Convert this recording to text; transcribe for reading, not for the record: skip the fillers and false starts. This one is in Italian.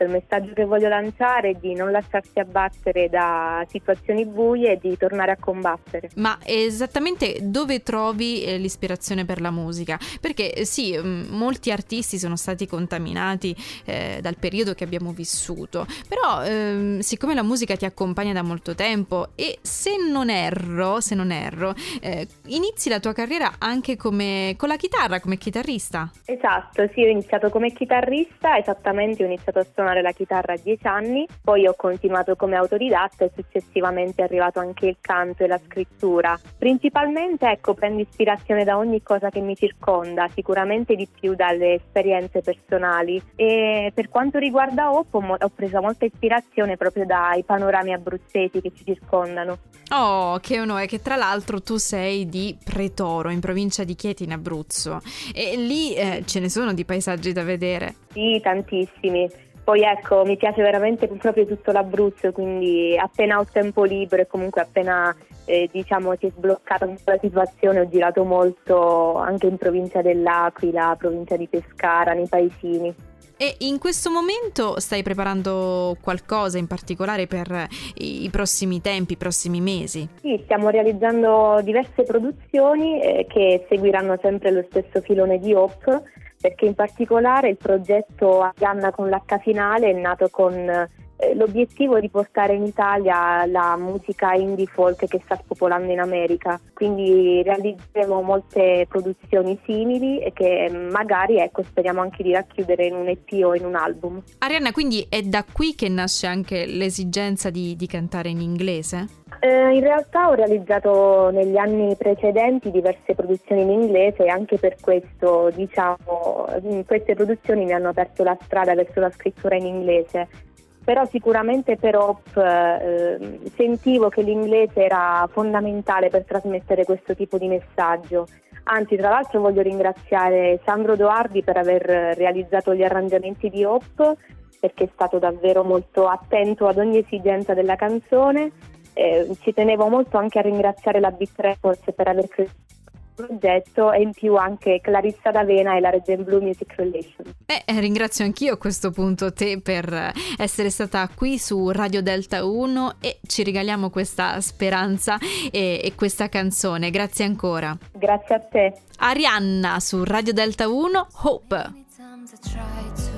questo, il messaggio che voglio lanciare è di non lasciarsi abbattere da situazioni buie e di tornare a combattere. Ma esattamente dove trovi l'ispirazione per la musica? Perché sì, molti artisti sono stati contaminati dal periodo che abbiamo vissuto, però siccome la musica ti accompagna da molto tempo e se non erro, inizi la tua carriera anche con la chitarra, come chitarrista. Esatto, sì, ho iniziato come chitarrista, esattamente ho iniziato a suonare la chitarra a 10 anni, poi ho continuato come autodidatta e successivamente è arrivato anche il canto e la scrittura. Principalmente, prendo ispirazione da ogni cosa che mi circonda, sicuramente di più dalle esperienze personali, e per quanto riguarda Hope ho preso molta ispirazione proprio dai panorami abruzzesi che ci circondano. Oh, che onore, che tra l'altro tu sei di Pretoro, in provincia di Chieti, in Abruzzo, e lì ce ne sono di paesaggi da vedere. Sì, tantissimi. Poi mi piace veramente proprio tutto l'Abruzzo, quindi appena ho tempo libero e comunque appena si è sbloccata un po' la situazione, ho girato molto anche in provincia dell'Aquila, provincia di Pescara, nei paesini. E in questo momento stai preparando qualcosa in particolare per i prossimi tempi, i prossimi mesi? Sì, stiamo realizzando diverse produzioni che seguiranno sempre lo stesso filone di Hope, perché in particolare il progetto Arianna con l'H finale è nato con l'obiettivo di portare in Italia la musica indie folk che sta spopolando in America, quindi realizzeremo molte produzioni simili e che magari speriamo anche di racchiudere in un EP o in un album. Arianna, quindi è da qui che nasce anche l'esigenza di cantare in inglese? In realtà ho realizzato negli anni precedenti diverse produzioni in inglese e anche per questo queste produzioni mi hanno aperto la strada verso la scrittura in inglese. Però sicuramente per Hope sentivo che l'inglese era fondamentale per trasmettere questo tipo di messaggio. Anzi, tra l'altro voglio ringraziare Sandro Doardi per aver realizzato gli arrangiamenti di Hope, perché è stato davvero molto attento ad ogni esigenza della canzone. Ci tenevo molto anche a ringraziare la Beat Records per aver creato il progetto e in più anche Clarissa D'Avena e la Regent Blue Music Relation. Ringrazio anch'io a questo punto te per essere stata qui su Radio Delta 1 e ci regaliamo questa speranza e questa canzone. Grazie ancora. Grazie a te. Arianna su Radio Delta 1, Hope.